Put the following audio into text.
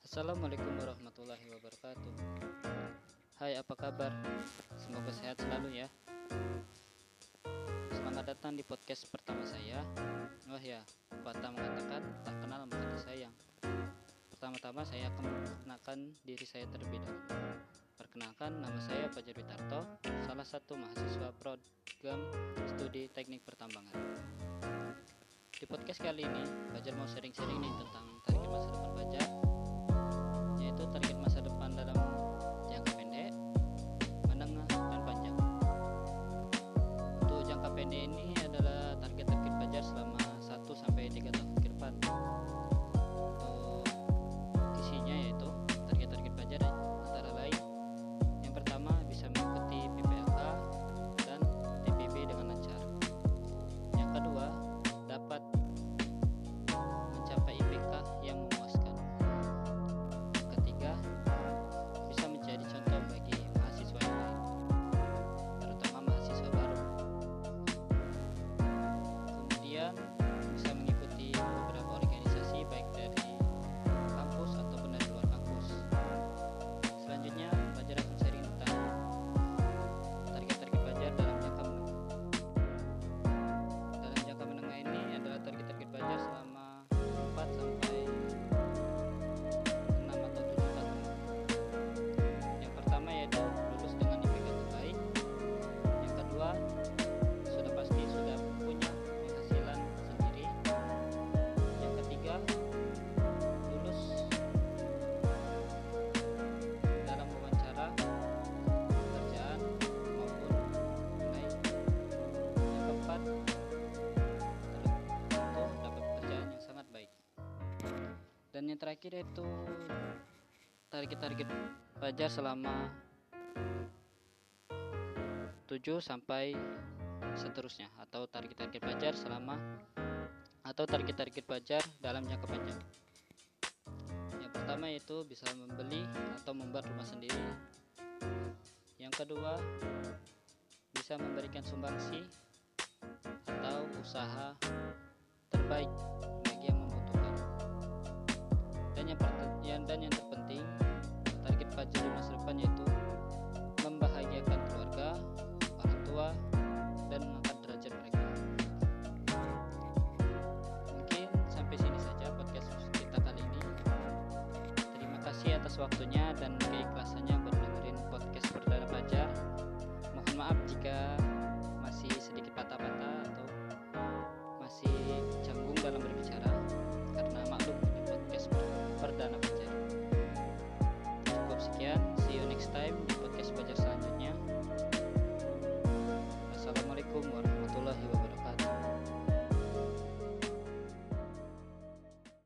Assalamualaikum warahmatullahi wabarakatuh. Hai, apa kabar? Semoga sehat selalu ya. Selamat datang di podcast pertama saya. Oh ya, pepatah mengatakan tak kenal maka tak sayang. Pertama-tama saya akan memperkenalkan diri saya terlebih dahulu. Perkenalkan, nama saya Fajar Witarto, salah satu mahasiswa program studi teknik pertambangan. Di podcast kali ini, Fajar mau sharing-sharing nih tentang target masa depan Fajar, yaitu target masa depan dalam jangka pendek, menengah, dan panjang. Untuk jangka pendek ini adalah target-target Fajar selama 1-3 tahun ke depan. Untuk isinya yaitu target-target Fajar antara lain: yang pertama, bisa mengikuti PPLK dan TPB dengan lancar. Yang kedua, dapat mencapai IPK yang memuaskan. Yang ketiga, bisa menjadi contoh bagi mahasiswa yang lain, terutama mahasiswa baru. Kemudian, bisa mengikuti beberapa organisasi baik dari kampus ataupun dari luar kampus. Selanjutnya, Fajar akan sharing tentang target-target Fajar dalam jangka menengah. Dalam jangka menengah ini adalah target-target Fajar selama 4 sampai 6 atau 7 tahun. Yang pertama yaitu lulus dengan IPK terbaik. Yang kedua, sudah pasti sudah punya penghasilan sendiri. Yang ketiga, lulus dalam wawancara pekerjaan maupun naik. Yang keempat, tentu dapat pekerjaan yang sangat baik. Dan yang terakhir yaitu target-target Fajar selama 7 sampai seterusnya, atau target-target Fajar dalam jangka panjang. Yang pertama yaitu bisa membeli atau membuat rumah sendiri. Yang kedua, bisa memberikan sumbangsi atau usaha terbaik bagi yang membutuhkan. Dan yang terpenting, target Fajar di masa depan yaitu membahagiakan keluarga, orang tua, dan mengangkat derajat mereka. Mungkin sampai sini saja podcast kita kali ini. Terima kasih atas waktunya dan keikhlasannya berdengerin podcast perdana Fajar. Mohon maaf jika